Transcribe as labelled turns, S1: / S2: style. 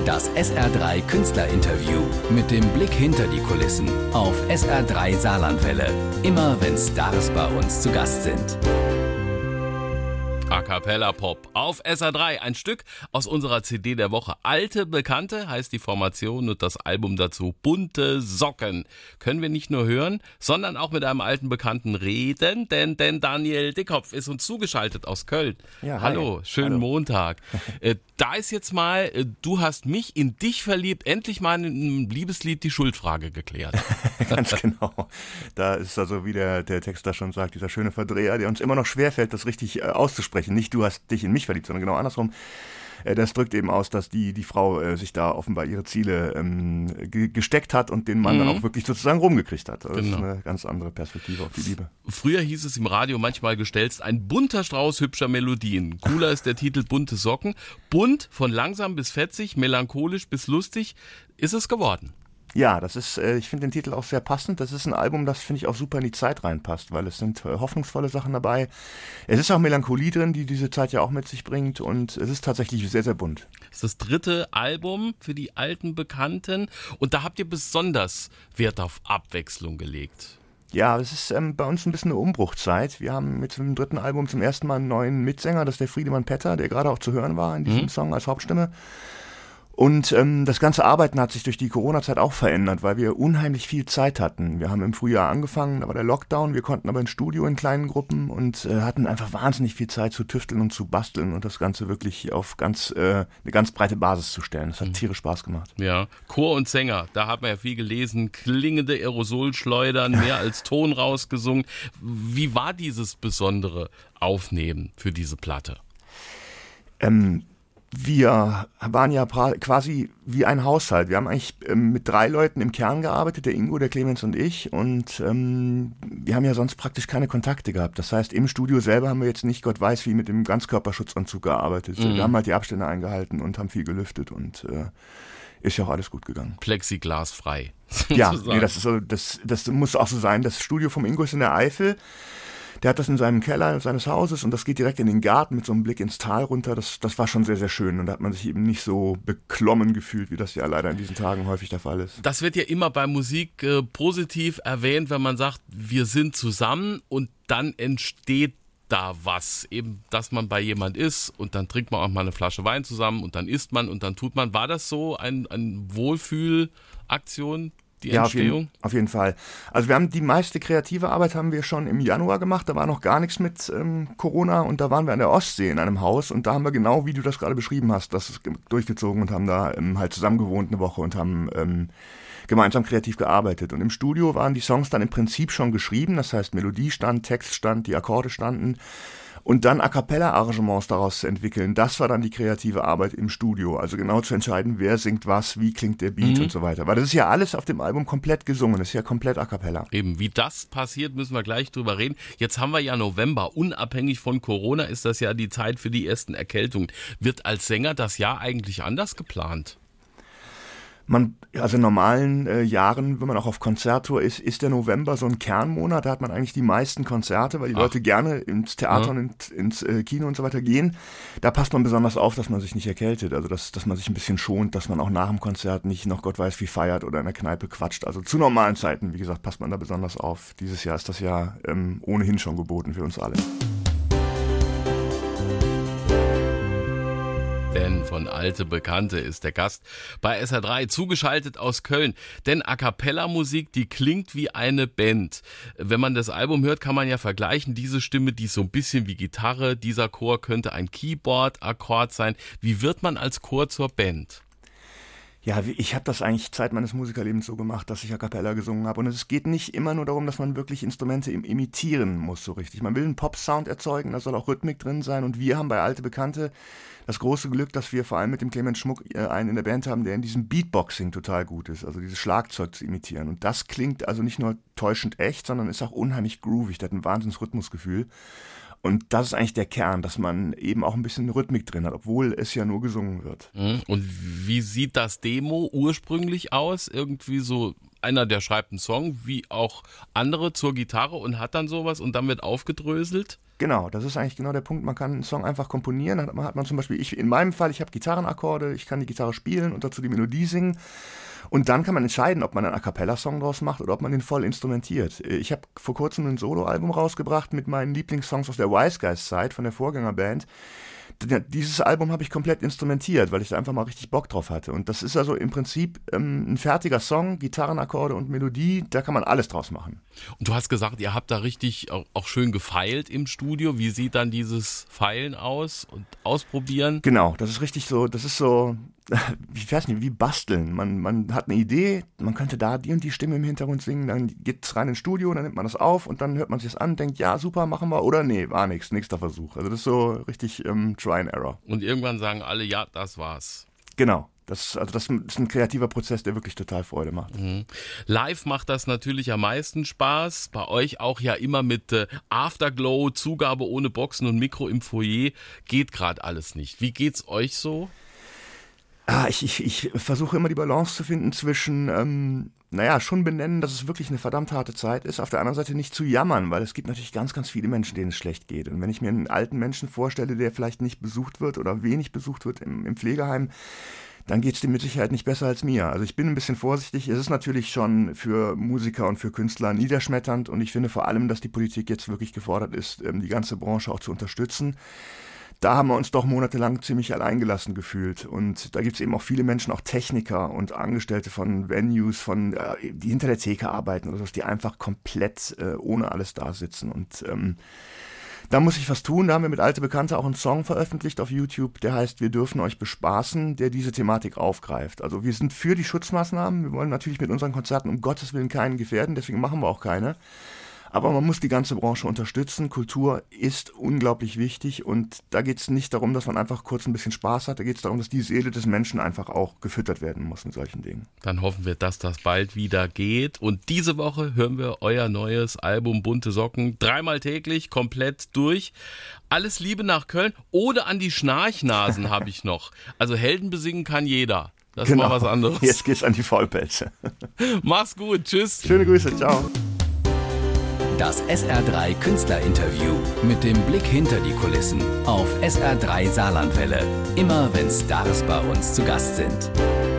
S1: Das SR3 Künstlerinterview mit dem Blick hinter die Kulissen auf SR3 Saarlandwelle. Immer wenn Stars bei uns zu Gast sind.
S2: A Cappella Pop auf SR3, ein Stück aus unserer CD der Woche. Alte Bekannte heißt die Formation und das Album dazu Bunte Socken. Können wir nicht nur hören, sondern auch mit einem alten Bekannten reden, denn Daniel Dickkopf ist uns zugeschaltet aus Köln.
S3: Ja,
S2: hallo, schönen Montag. Da ist jetzt mal, du hast mich in dich verliebt, endlich mal in einem Liebeslied die Schuldfrage geklärt.
S3: Ganz genau. Da ist also, wie der Text da schon sagt, dieser schöne Verdreher, der uns immer noch schwerfällt, das richtig auszusprechen. Nicht du hast dich in mich verliebt, sondern genau andersrum. Das drückt eben aus, dass die Frau sich da offenbar ihre Ziele gesteckt hat und den Mann dann auch wirklich sozusagen rumgekriegt hat. Das ist eine ganz andere Perspektive auf die Liebe.
S2: Früher hieß es im Radio manchmal gestelzt, ein bunter Strauß hübscher Melodien. Cooler ist der Titel Bunte Socken. Bunt, von langsam bis fetzig, melancholisch bis lustig, ist es geworden.
S3: Ja, das ist, ich finde den Titel auch sehr passend. Das ist ein Album, das, finde ich, auch super in die Zeit reinpasst, weil es sind hoffnungsvolle Sachen dabei. Es ist auch Melancholie drin, die diese Zeit ja auch mit sich bringt, und es ist tatsächlich sehr, sehr bunt.
S2: Das ist das 3. Album für die alten Bekannten, und da habt ihr besonders Wert auf Abwechslung gelegt.
S3: Ja, es ist bei uns ein bisschen eine Umbruchzeit. Wir haben mit dem 3. Album zum ersten Mal einen neuen Mitsänger, das ist der Friedemann Petter, der gerade auch zu hören war in diesem Song als Hauptstimme. Und das ganze Arbeiten hat sich durch die Corona-Zeit auch verändert, weil wir unheimlich viel Zeit hatten. Wir haben im Frühjahr angefangen, da war der Lockdown, wir konnten aber ins Studio in kleinen Gruppen und hatten einfach wahnsinnig viel Zeit zu tüfteln und zu basteln und das Ganze wirklich auf eine ganz breite Basis zu stellen. Das hat tierisch Spaß gemacht.
S2: Ja, Chor und Sänger, da hat man ja viel gelesen, klingende Aerosolschleudern, mehr als Ton rausgesungen. Wie war dieses besondere Aufnehmen für diese Platte?
S3: Wir waren ja quasi wie ein Haushalt. Wir haben eigentlich mit 3 Leuten im Kern gearbeitet, der Ingo, der Clemens und ich. Und wir haben ja sonst praktisch keine Kontakte gehabt. Das heißt, im Studio selber haben wir jetzt nicht Gott weiß wie mit dem Ganzkörperschutzanzug gearbeitet. Wir haben halt die Abstände eingehalten und haben viel gelüftet und ist ja auch alles gut gegangen.
S2: Plexiglasfrei.
S3: Ja, nee, das muss auch so sein. Das Studio vom Ingo ist in der Eifel. Der hat das in seinem Keller seines Hauses und das geht direkt in den Garten mit so einem Blick ins Tal runter. Das war schon sehr, sehr schön und da hat man sich eben nicht so beklommen gefühlt, wie das ja leider in diesen Tagen häufig der Fall ist.
S2: Das wird ja immer bei Musik positiv erwähnt, wenn man sagt, wir sind zusammen und dann entsteht da was. Eben, dass man bei jemand ist und dann trinkt man auch mal eine Flasche Wein zusammen und dann isst man und dann tut man. War das so eine Wohlfühlaktion? Ja,
S3: auf jeden Fall. Also wir haben die meiste kreative Arbeit haben wir schon im Januar gemacht, da war noch gar nichts mit Corona und da waren wir an der Ostsee in einem Haus und da haben wir genau, wie du das gerade beschrieben hast, das durchgezogen und haben da halt zusammen gewohnt eine Woche und haben gemeinsam kreativ gearbeitet. Und im Studio waren die Songs dann im Prinzip schon geschrieben, das heißt Melodie stand, Text stand, die Akkorde standen. Und dann A-Cappella-Arrangements daraus zu entwickeln, das war dann die kreative Arbeit im Studio. Also genau zu entscheiden, wer singt was, wie klingt der Beat und so weiter. Weil das ist ja alles auf dem Album komplett gesungen, das ist ja komplett A-Cappella.
S2: Eben, wie das passiert, müssen wir gleich drüber reden. Jetzt haben wir ja November, unabhängig von Corona ist das ja die Zeit für die ersten Erkältungen. Wird als Sänger das Jahr eigentlich anders geplant?
S3: Also in normalen Jahren, wenn man auch auf Konzerttour ist der November so ein Kernmonat, da hat man eigentlich die meisten Konzerte, weil die Leute gerne ins Theater und ins Kino und so weiter gehen. Da passt man besonders auf, dass man sich nicht erkältet, also dass man sich ein bisschen schont, dass man auch nach dem Konzert nicht noch Gott weiß wie feiert oder in der Kneipe quatscht. Also zu normalen Zeiten, wie gesagt, passt man da besonders auf. Dieses Jahr ist das ja ohnehin schon geboten für uns alle.
S2: Denn von Alte Bekannte ist der Gast bei SR3 zugeschaltet aus Köln. Denn A-Cappella-Musik, die klingt wie eine Band. Wenn man das Album hört, kann man ja vergleichen, diese Stimme, die ist so ein bisschen wie Gitarre, dieser Chor könnte ein Keyboard-Akkord sein. Wie wird man als Chor zur Band?
S3: Ja, ich habe das eigentlich Zeit meines Musikerlebens so gemacht, dass ich A Cappella gesungen habe. Und es geht nicht immer nur darum, dass man wirklich Instrumente imitieren muss so richtig. Man will einen Pop-Sound erzeugen, da soll auch Rhythmik drin sein. Und wir haben bei Alte Bekannte das große Glück, dass wir vor allem mit dem Clemens Schmuck einen in der Band haben, der in diesem Beatboxing total gut ist, also dieses Schlagzeug zu imitieren. Und das klingt also nicht nur täuschend echt, sondern ist auch unheimlich groovig, der hat ein wahnsinns Rhythmusgefühl. Und das ist eigentlich der Kern, dass man eben auch ein bisschen Rhythmik drin hat, obwohl es ja nur gesungen wird.
S2: Und wie sieht das Demo ursprünglich aus? Irgendwie so einer, der schreibt einen Song, wie auch andere zur Gitarre und hat dann sowas und dann wird aufgedröselt?
S3: Genau, das ist eigentlich genau der Punkt. Man kann einen Song einfach komponieren. Dann hat man zum Beispiel, in meinem Fall, ich habe Gitarrenakkorde, ich kann die Gitarre spielen und dazu die Melodie singen. Und dann kann man entscheiden, ob man einen A-Cappella-Song draus macht oder ob man den voll instrumentiert. Ich habe vor kurzem ein Soloalbum rausgebracht mit meinen Lieblingssongs aus der Wise Guys Zeit von der Vorgängerband. Dieses Album habe ich komplett instrumentiert, weil ich da einfach mal richtig Bock drauf hatte. Und das ist also im Prinzip ein fertiger Song, Gitarrenakkorde und Melodie, da kann man alles draus machen.
S2: Und du hast gesagt, ihr habt da richtig auch schön gefeilt im Studio. Wie sieht dann dieses Feilen aus und Ausprobieren?
S3: Genau, das ist richtig so, das ist so, ich weiß nicht, wie basteln. Man hat eine Idee, man könnte da die und die Stimme im Hintergrund singen, dann geht's rein ins Studio, dann nimmt man das auf und dann hört man sich das an, denkt, ja, super, machen wir, oder nee, war nichts, nächster Versuch. Also das ist so richtig Try and Error.
S2: Und irgendwann sagen alle, ja, das war's.
S3: Genau. Das ist ein kreativer Prozess, der wirklich total Freude macht.
S2: Mhm. Live macht das natürlich am meisten Spaß. Bei euch auch ja immer mit Afterglow, Zugabe ohne Boxen und Mikro im Foyer. Geht gerade alles nicht. Wie geht's euch so?
S3: Ich versuche immer die Balance zu finden zwischen, schon benennen, dass es wirklich eine verdammt harte Zeit ist. Auf der anderen Seite nicht zu jammern, weil es gibt natürlich ganz, ganz viele Menschen, denen es schlecht geht. Und wenn ich mir einen alten Menschen vorstelle, der vielleicht nicht besucht wird oder wenig besucht wird im Pflegeheim, dann geht es dem mit Sicherheit nicht besser als mir. Also ich bin ein bisschen vorsichtig. Es ist natürlich schon für Musiker und für Künstler niederschmetternd und ich finde vor allem, dass die Politik jetzt wirklich gefordert ist, die ganze Branche auch zu unterstützen. Da haben wir uns doch monatelang ziemlich alleingelassen gefühlt und da gibt es eben auch viele Menschen, auch Techniker und Angestellte von Venues, die hinter der Theke arbeiten oder so, die einfach komplett ohne alles da sitzen und da muss ich was tun. Da haben wir mit Alte Bekannte auch einen Song veröffentlicht auf YouTube, der heißt Wir dürfen euch bespaßen, der diese Thematik aufgreift. Also wir sind für die Schutzmaßnahmen. Wir wollen natürlich mit unseren Konzerten um Gottes Willen keinen gefährden, deswegen machen wir auch keine. Aber man muss die ganze Branche unterstützen. Kultur ist unglaublich wichtig und da geht es nicht darum, dass man einfach kurz ein bisschen Spaß hat. Da geht es darum, dass die Seele des Menschen einfach auch gefüttert werden muss mit solchen Dingen.
S2: Dann hoffen wir, dass das bald wieder geht. Und diese Woche hören wir euer neues Album Bunte Socken 3-mal täglich, komplett durch. Alles Liebe nach Köln. Oder an die Schnarchnasen habe ich noch. Also Helden besingen kann jeder. Das ist mal was anderes.
S3: Jetzt geht's an die Faulpelze.
S2: Mach's gut. Tschüss.
S3: Schöne Grüße. Ciao.
S1: Das SR3 Künstlerinterview mit dem Blick hinter die Kulissen auf SR3 Saarlandwelle. Immer wenn Stars bei uns zu Gast sind.